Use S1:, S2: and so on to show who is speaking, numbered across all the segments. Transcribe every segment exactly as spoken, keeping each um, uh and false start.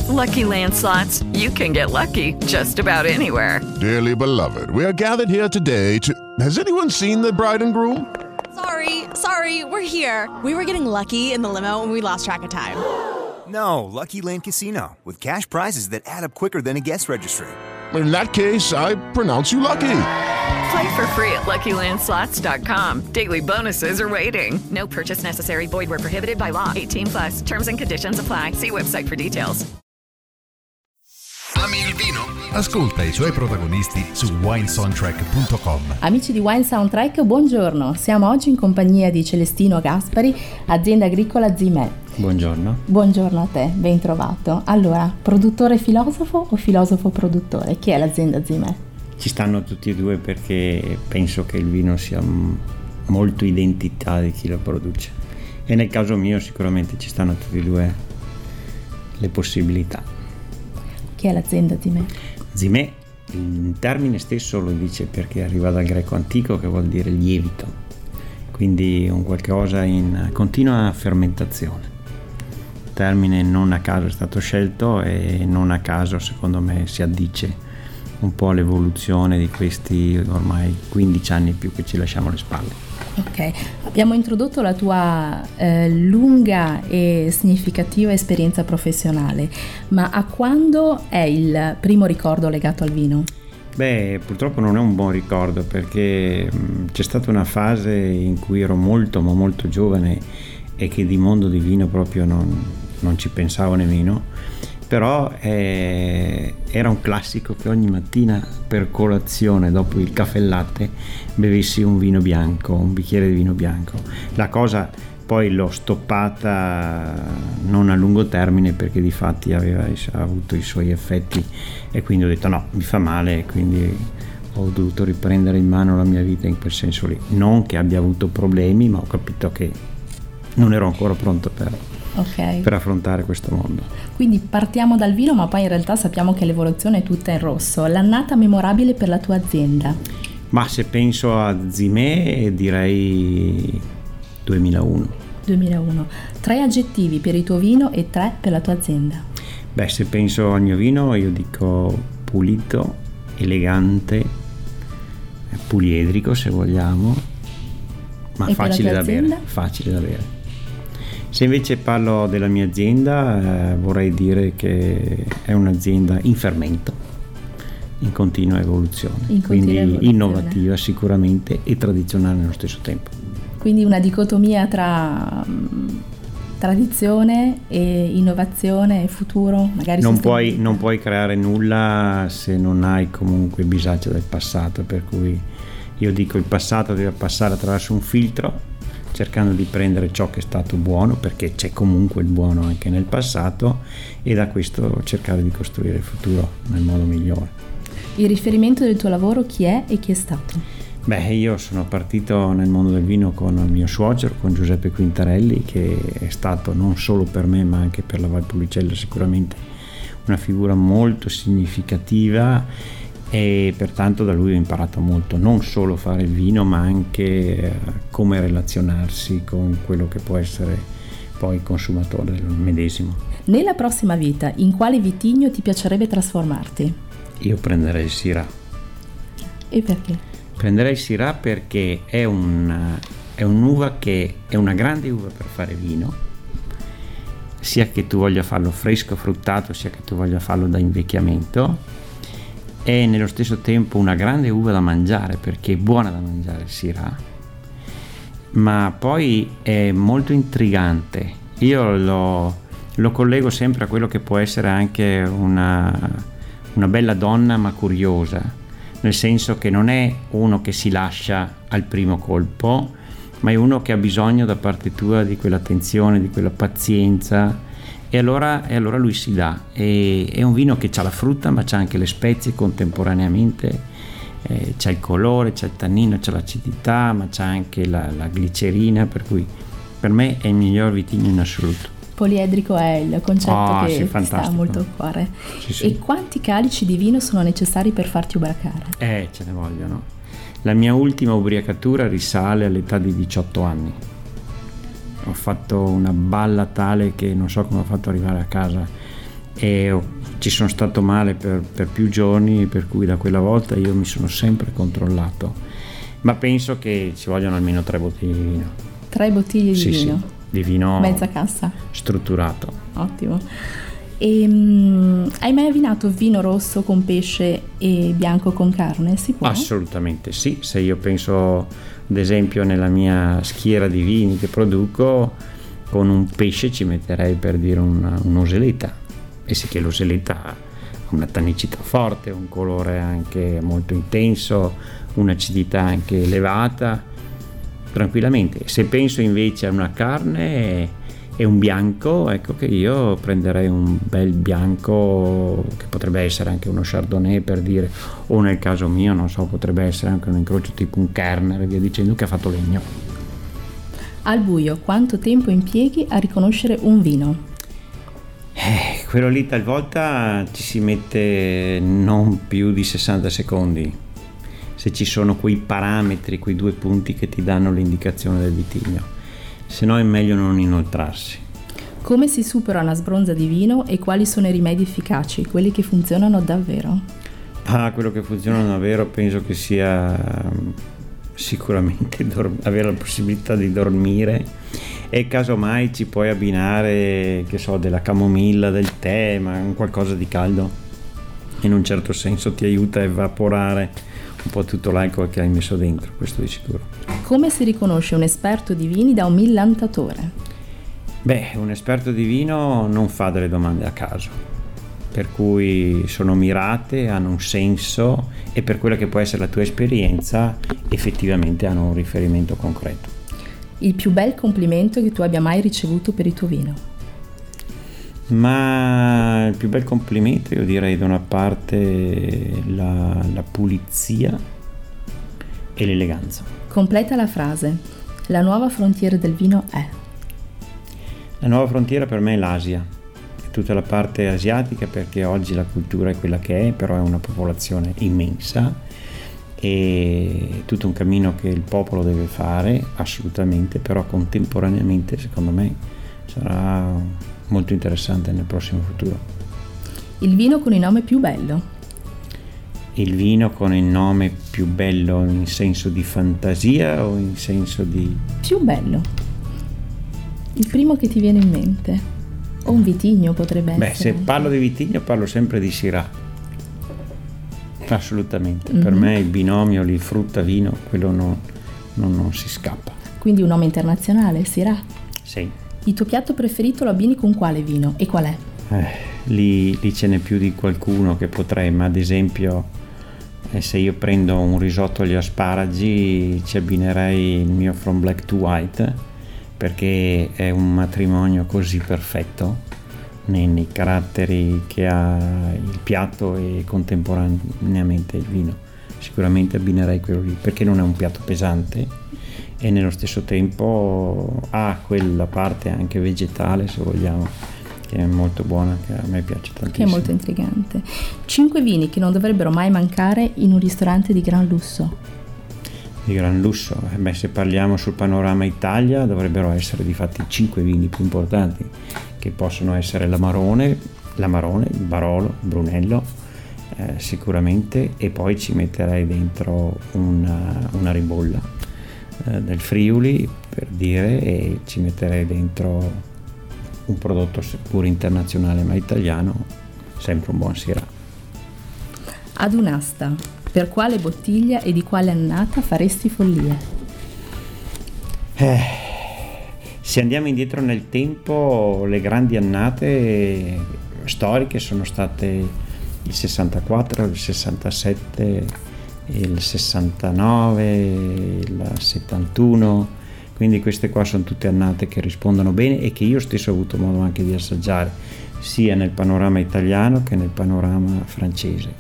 S1: Lucky Land Slots, you can get lucky just about anywhere.
S2: Dearly beloved, we are gathered here today to... Has anyone seen the bride and groom?
S3: Sorry, sorry, we're here. We were getting lucky in the limo and we lost track of time.
S4: No, Lucky Land Casino, with cash prizes that add up quicker than a guest registry.
S2: In that case, I pronounce you lucky.
S1: Play for free at Lucky Land Slots dot com. Daily bonuses are waiting. No purchase necessary. Void where prohibited by law. eighteen plus. Terms and conditions apply. See website for details.
S5: Ami il vino? Ascolta i suoi protagonisti su wine soundtrack punto com.
S6: Amici di Wine Soundtrack, buongiorno. Siamo oggi in compagnia di Celestino Gaspari, azienda agricola Zimè.
S7: Buongiorno.
S6: Buongiorno a te, ben trovato. Allora, produttore filosofo o filosofo produttore? Chi è l'azienda Zimè?
S7: Ci stanno tutti e due perché penso che il vino sia molto identità di chi lo produce. E nel caso mio sicuramente ci stanno tutti e due le possibilità.
S6: Chi è l'azienda Zimè?
S7: Zimè, il termine stesso lo dice perché arriva dal greco antico che vuol dire lievito, quindi un qualcosa in continua fermentazione. Il termine non a caso è stato scelto e non a caso secondo me si addice un po' all'evoluzione di questi ormai quindici anni più che ci lasciamo alle spalle.
S6: Ok, abbiamo introdotto la tua eh, lunga e significativa esperienza professionale, ma a quando è il primo ricordo legato al vino?
S7: Beh, purtroppo non è un buon ricordo perché mh, c'è stata una fase in cui ero molto ma molto giovane e che di mondo di vino proprio non, non ci pensavo nemmeno. Però eh, era un classico che ogni mattina per colazione dopo il caffè e latte bevessi un vino bianco, un bicchiere di vino bianco. La cosa poi l'ho stoppata non a lungo termine perché di fatti aveva avuto i suoi effetti e quindi ho detto no, mi fa male e quindi ho dovuto riprendere in mano la mia vita in quel senso lì. Non che abbia avuto problemi, ma ho capito che non ero ancora pronto per... Okay. per affrontare questo mondo.
S6: Quindi partiamo dal vino, ma poi in realtà sappiamo che l'evoluzione è tutta in rosso. L'annata memorabile per la tua azienda?
S7: Ma se penso a Zimè direi duemilauno.
S6: duemilauno. Tre aggettivi per il tuo vino e tre per la tua azienda.
S7: Beh, se penso al mio vino io dico pulito, elegante, poliedrico se vogliamo, ma e facile da bere, facile da bere. Se invece parlo della mia azienda, eh, vorrei dire che è un'azienda in fermento, in continua evoluzione, in continua quindi evoluzione. Innovativa sicuramente e tradizionale nello stesso tempo.
S6: Quindi una dicotomia tra um, tradizione e innovazione e futuro, magari
S7: non puoi, non puoi creare nulla se non hai comunque bisaccia del passato, per cui io dico il passato deve passare attraverso un filtro, cercando di prendere ciò che è stato buono, perché c'è comunque il buono anche nel passato, e da questo cercare di costruire il futuro nel modo migliore.
S6: Il riferimento del tuo lavoro chi è e chi è stato?
S7: Beh, io sono partito nel mondo del vino con il mio suocero, con Giuseppe Quintarelli, che è stato non solo per me ma anche per la Valpolicella sicuramente una figura molto significativa, e pertanto da lui ho imparato molto, non solo fare il vino ma anche come relazionarsi con quello che può essere poi il consumatore del medesimo.
S6: Nella prossima vita in quale vitigno ti piacerebbe trasformarti?
S7: Io prenderei il Syrah.
S6: E perché?
S7: Prenderei il Syrah perché è, un, è un'uva che è una grande uva per fare vino, sia che tu voglia farlo fresco, fruttato, sia che tu voglia farlo da invecchiamento. È nello stesso tempo una grande uva da mangiare perché è buona da mangiare il Syrah, ma poi è molto intrigante. Io lo, lo collego sempre a quello che può essere anche una, una bella donna ma curiosa, nel senso che non è uno che si lascia al primo colpo, ma è uno che ha bisogno da parte tua di quell'attenzione, di quella pazienza. E allora, e allora lui si dà, e, è un vino che c'ha la frutta ma c'ha anche le spezie contemporaneamente, eh, c'ha il colore, c'ha il tannino, c'ha l'acidità, ma c'ha anche la, la glicerina, per cui per me è il miglior vitigno in assoluto.
S6: Poliedrico è il concetto oh, che
S7: sì,
S6: sta molto a cuore.
S7: Sì, sì.
S6: E quanti calici di vino sono necessari per farti ubriacare?
S7: Eh, ce ne vogliono. La mia ultima ubriacatura risale all'età di diciotto anni. Ho fatto una balla tale che non so come ho fatto arrivare a casa e ho, ci sono stato male per, per più giorni, per cui da quella volta io mi sono sempre controllato, ma penso che ci vogliono almeno tre bottiglie di vino.
S6: Tre bottiglie di
S7: sì,
S6: vino?
S7: Sì, di vino
S6: mezza cassa?
S7: Strutturato.
S6: Ottimo. E, um, hai mai abbinato vino rosso con pesce e bianco con carne? Si può?
S7: Assolutamente sì. Se io penso ad esempio nella mia schiera di vini che produco, con un pesce ci metterei, per dire, una, un'oseletta, e sì che l'oseletta ha una tannicità forte, un colore anche molto intenso, un'acidità anche elevata, tranquillamente. Se penso invece a una carne e un bianco, ecco che io prenderei un bel bianco che potrebbe essere anche uno Chardonnay, per dire, o nel caso mio, non so, potrebbe essere anche un incrocio tipo un Kerner e via dicendo, che ha fatto legno.
S6: Al buio, quanto tempo impieghi a riconoscere un vino?
S7: Eh, quello lì talvolta ci si mette non più di sessanta secondi, se ci sono quei parametri, quei due punti che ti danno l'indicazione del vitigno. Se no è meglio non inoltrarsi.
S6: Come si supera una sbronza di vino e quali sono i rimedi efficaci, quelli che funzionano davvero?
S7: Ah, quello che funziona davvero penso che sia sicuramente dor- avere la possibilità di dormire, e casomai ci puoi abbinare, che so, della camomilla, del tè, ma un qualcosa di caldo. In un certo senso ti aiuta a evaporare un po' tutto l'alcol che hai messo dentro, questo di sicuro.
S6: Come si riconosce un esperto di vini da un millantatore?
S7: Beh, un esperto di vino non fa delle domande a caso, per cui sono mirate, hanno un senso, e per quella che può essere la tua esperienza effettivamente hanno un riferimento concreto.
S6: Il più bel complimento che tu abbia mai ricevuto per il tuo vino?
S7: Ma il più bel complimento, io direi, da una parte la, la pulizia e l'eleganza.
S6: Completa la frase. La nuova frontiera del vino è?
S7: La nuova frontiera per me è l'Asia, è tutta la parte asiatica, perché oggi la cultura è quella che è, però è una popolazione immensa e tutto un cammino che il popolo deve fare, assolutamente, però contemporaneamente secondo me sarà molto interessante nel prossimo futuro.
S6: Il vino con il nome più bello?
S7: Il vino con il nome più bello in senso di fantasia o in senso di...
S6: Più bello. Il primo che ti viene in mente. O un vitigno potrebbe essere.
S7: Beh, se
S6: anche.
S7: parlo di vitigno parlo sempre di Syrah. Assolutamente.
S6: Mm-hmm.
S7: Per me il binomio lì frutta-vino, quello non, non, non si scappa.
S6: Quindi un nome internazionale, Syrah.
S7: Sì.
S6: Il tuo piatto preferito lo abbini con quale vino e qual è?
S7: Eh, lì, lì ce n'è più di qualcuno che potrei, ma ad esempio eh, se io prendo un risotto agli asparagi ci abbinerei il mio From Black to White, perché è un matrimonio così perfetto nei, nei caratteri che ha il piatto e contemporaneamente il vino. Sicuramente abbinerei quello lì, perché non è un piatto pesante e nello stesso tempo ha quella parte anche vegetale, se vogliamo, che è molto buona, che a me piace tantissimo.
S6: Che è molto intrigante. Cinque vini che non dovrebbero mai mancare in un ristorante di gran lusso.
S7: Di gran lusso? Eh beh, se parliamo sul panorama Italia dovrebbero essere di fatti cinque vini più importanti, che possono essere l'Amarone, l'Amarone, il Barolo, il Brunello, eh, sicuramente, e poi ci metterei dentro una, una ribolla eh, del Friuli, per dire, e ci metterei dentro un prodotto seppur internazionale ma italiano, sempre un buon Syrah.
S6: Ad un'asta, per quale bottiglia e di quale annata faresti follia?
S7: Eh, se andiamo indietro nel tempo, le grandi annate storiche sono state il sessantaquattro, il sessantasette, il sessantanove, il settantuno. Quindi queste qua sono tutte annate che rispondono bene e che io stesso ho avuto modo anche di assaggiare, sia nel panorama italiano che nel panorama francese.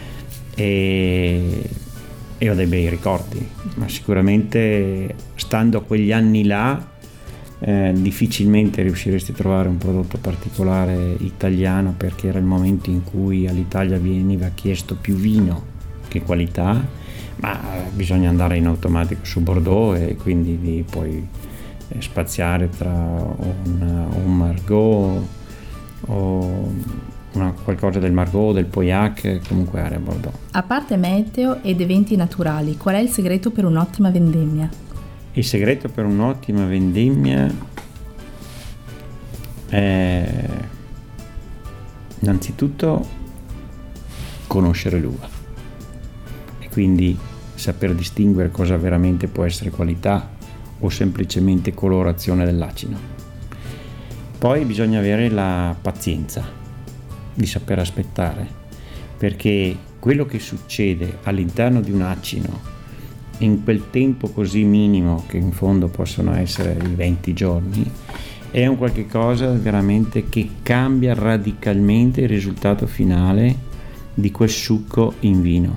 S7: E, e ho dei bei ricordi, ma sicuramente stando a quegli anni là eh, difficilmente riusciresti a trovare un prodotto particolare italiano, perché era il momento in cui all'Italia veniva chiesto più vino che qualità, ma bisogna andare in automatico su Bordeaux e quindi lì puoi spaziare tra un, un Margaux o una, qualcosa del Margaux, del Pauillac, comunque area Bordeaux.
S6: A parte meteo ed eventi naturali, qual è il segreto per un'ottima vendemmia?
S7: Il segreto per un'ottima vendemmia è innanzitutto conoscere l'uva e quindi saper distinguere cosa veramente può essere qualità o semplicemente colorazione dell'acino. Poi bisogna avere la pazienza di saper aspettare, perché quello che succede all'interno di un acino in quel tempo così minimo, che in fondo possono essere i venti giorni, è un qualche cosa veramente che cambia radicalmente il risultato finale di quel succo in vino,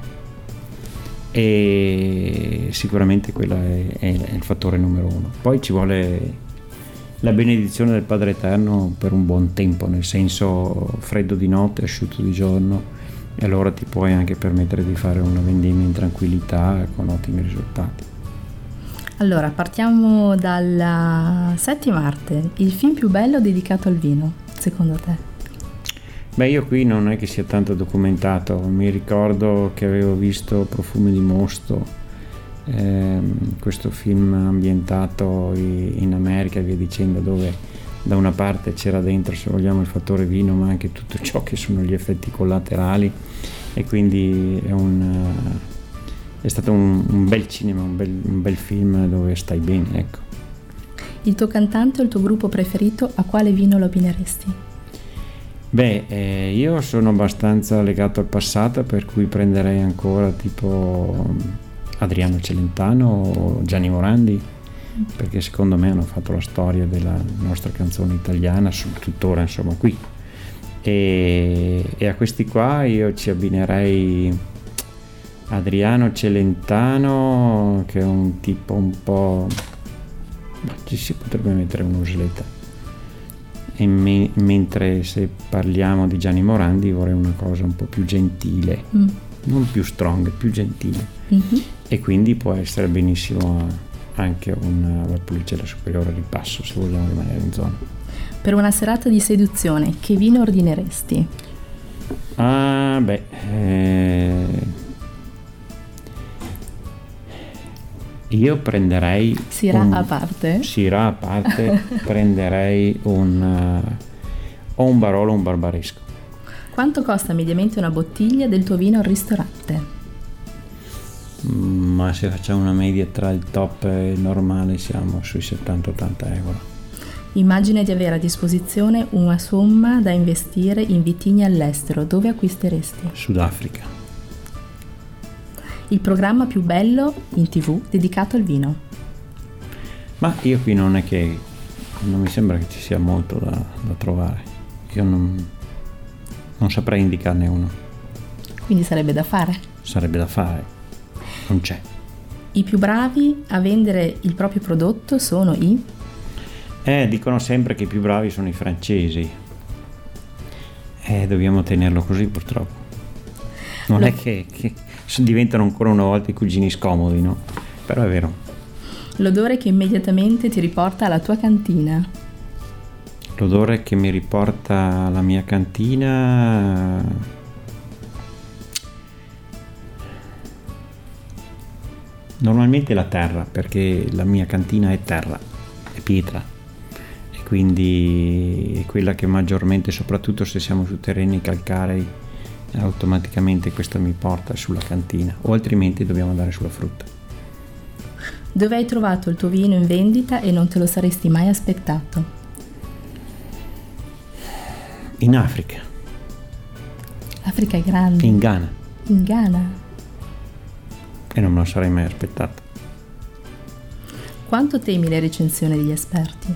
S7: e sicuramente quello è, è, è il fattore numero uno. Poi ci vuole la benedizione del Padre Eterno per un buon tempo, nel senso freddo di notte, asciutto di giorno, e allora ti puoi anche permettere di fare una vendemmia in tranquillità con ottimi risultati.
S6: Allora, partiamo dalla settima arte. Il film più bello dedicato al vino, secondo te?
S7: Beh, io qui non è che sia tanto documentato. Mi ricordo che avevo visto Profumi di mosto, ehm, questo film ambientato in America e via dicendo, dove da una parte c'era dentro, se vogliamo, il fattore vino, ma anche tutto ciò che sono gli effetti collaterali, e quindi è un è stato un, un bel cinema, un bel, un bel film dove stai bene, ecco.
S6: Il tuo cantante o il tuo gruppo preferito, a quale vino lo abbineresti?
S7: Beh, eh, io sono abbastanza legato al passato, per cui prenderei ancora tipo Adriano Celentano o Gianni Morandi, perché secondo me hanno fatto la storia della nostra canzone italiana, tuttora insomma qui, e, e a questi qua io ci abbinerei Adriano Celentano, che è un tipo un po', ma ci si potrebbe mettere un'usletta, e me, mentre se parliamo di Gianni Morandi vorrei una cosa un po' più gentile, mm. non più strong, più gentile, mm-hmm. e quindi può essere benissimo anche una Valpolicella Superiore di Passo, se vogliamo rimanere in zona.
S6: Per una serata di seduzione, che vino ordineresti?
S7: Ah, beh, eh, io prenderei
S6: Syrah
S7: un,
S6: a parte?
S7: Syrah a parte, prenderei un uh, o un Barolo o un Barbaresco.
S6: Quanto costa mediamente una bottiglia del tuo vino al ristorante?
S7: Ma se facciamo una media tra il top e il normale siamo sui settanta ottanta euro.
S6: Immagina di avere a disposizione una somma da investire in vitigni all'estero. Dove acquisteresti?
S7: Sudafrica.
S6: Il programma più bello in tv dedicato al vino?
S7: Ma io qui non è che non mi sembra che ci sia molto da, da trovare. Io non, non saprei indicarne uno.
S6: Quindi sarebbe da fare?
S7: Sarebbe da fare. Non c'è.
S6: I più bravi a vendere il proprio prodotto sono i?
S7: Eh, dicono sempre che i più bravi sono i francesi. Eh, dobbiamo tenerlo così purtroppo. Non Lo... è che, che diventano ancora una volta i cugini scomodi, no? Però è vero.
S6: L'odore che immediatamente ti riporta alla tua cantina?
S7: L'odore che mi riporta alla mia cantina... Normalmente la terra, perché la mia cantina è terra, è pietra, e quindi è quella che maggiormente, soprattutto se siamo su terreni calcarei, automaticamente questa mi porta sulla cantina, o altrimenti dobbiamo andare sulla frutta.
S6: Dove hai trovato il tuo vino in vendita e non te lo saresti mai aspettato?
S7: In Africa.
S6: L'Africa è grande.
S7: In Ghana.
S6: In Ghana.
S7: E non me lo sarei mai aspettato.
S6: Quanto temi le recensioni degli esperti?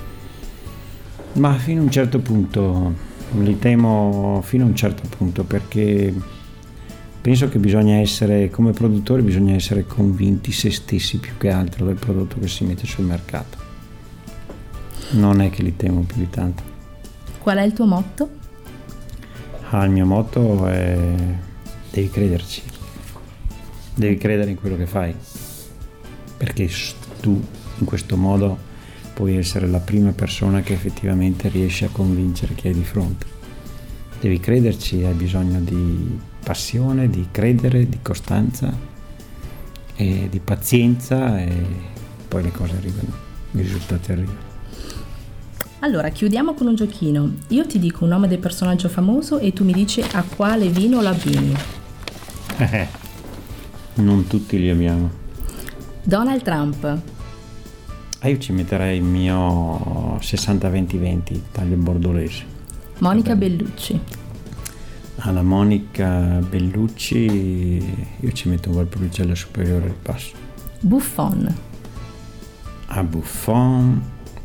S7: Ma fino a un certo punto, li temo fino a un certo punto, perché penso che bisogna essere, come produttori, bisogna essere convinti se stessi più che altro del prodotto che si mette sul mercato. Non è che li temo più di tanto.
S6: Qual è il tuo motto?
S7: Ah, il mio motto è: devi crederci. Devi credere in quello che fai, perché tu in questo modo puoi essere la prima persona che effettivamente riesce a convincere chi hai di fronte. devi crederci, hai bisogno di passione, di credere, di costanza e di pazienza, e poi le cose arrivano, i risultati arrivano.
S6: Allora, chiudiamo con un giochino. Io ti dico un nome del personaggio famoso e tu mi dici a quale vino lo abbini.
S7: Eh, non tutti li abbiamo.
S6: Donald Trump.
S7: Ah, io ci metterei il mio sessanta venti venti, taglio bordolese.
S6: Monica Bellucci.
S7: Alla Monica Bellucci io ci metto un Valpolicella Superiore al passo.
S6: Buffon.
S7: A Buffon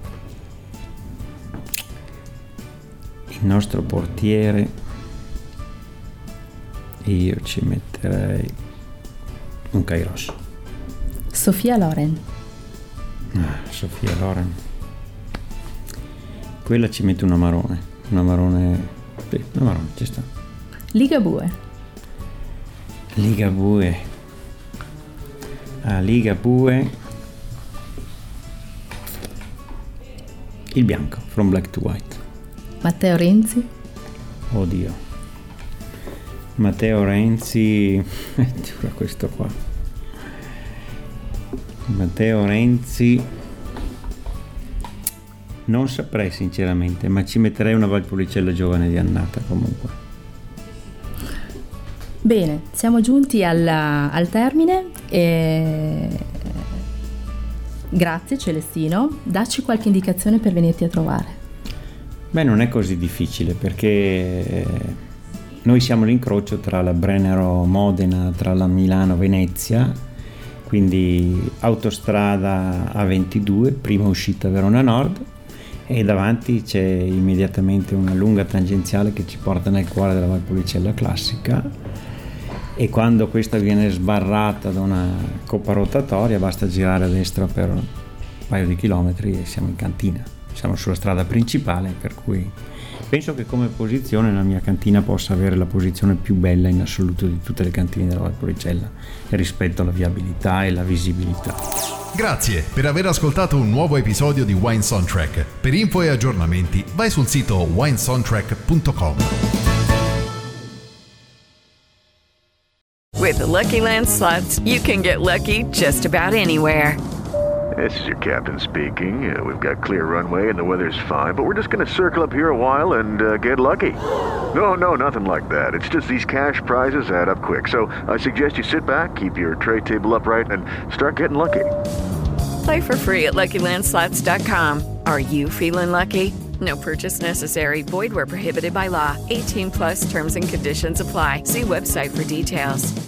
S7: il nostro portiere io ci metterei un Kairos.
S6: Sofia Loren.
S7: Ah, Sofia Loren, quella ci mette un Amarone, un Amarone, sì, un Amarone ci sta.
S6: Ligabue.
S7: Ligabue. A Ligabue il bianco, From Black to White.
S6: Matteo Renzi.
S7: Oddio, Matteo Renzi giura questo qua. Matteo Renzi non saprei sinceramente, ma ci metterei una Valpolicella giovane di annata comunque.
S6: Bene, siamo giunti alla, al termine e... Grazie Celestino, dacci qualche indicazione per venirti a trovare.
S7: Beh, non è così difficile perché noi siamo l'incrocio tra la Brennero Modena, tra la Milano Venezia, quindi autostrada A ventidue, prima uscita Verona Nord, e davanti c'è immediatamente una lunga tangenziale che ci porta nel cuore della Valpolicella classica, e quando questa viene sbarrata da una coppa rotatoria basta girare a destra per un paio di chilometri e siamo in cantina, siamo sulla strada principale, per cui penso che come posizione la mia cantina possa avere la posizione più bella in assoluto di tutte le cantine della Valpolicella rispetto alla viabilità e la visibilità.
S5: Grazie per aver ascoltato un nuovo episodio di Wine Soundtrack. Per info e aggiornamenti vai sul sito wine soundtrack punto com.
S1: With the Lucky Land Slots, you can get lucky just about anywhere.
S8: This is your captain speaking. Uh, we've got clear runway and the weather's fine, but we're just going to circle up here a while and uh, get lucky. No, no, nothing like that. It's just these cash prizes add up quick. So I suggest you sit back, keep your tray table upright, and start getting lucky.
S1: Play for free at lucky land slots dot com. Are you feeling lucky? No purchase necessary. Void where prohibited by law. eighteen plus terms and conditions apply. See website for details.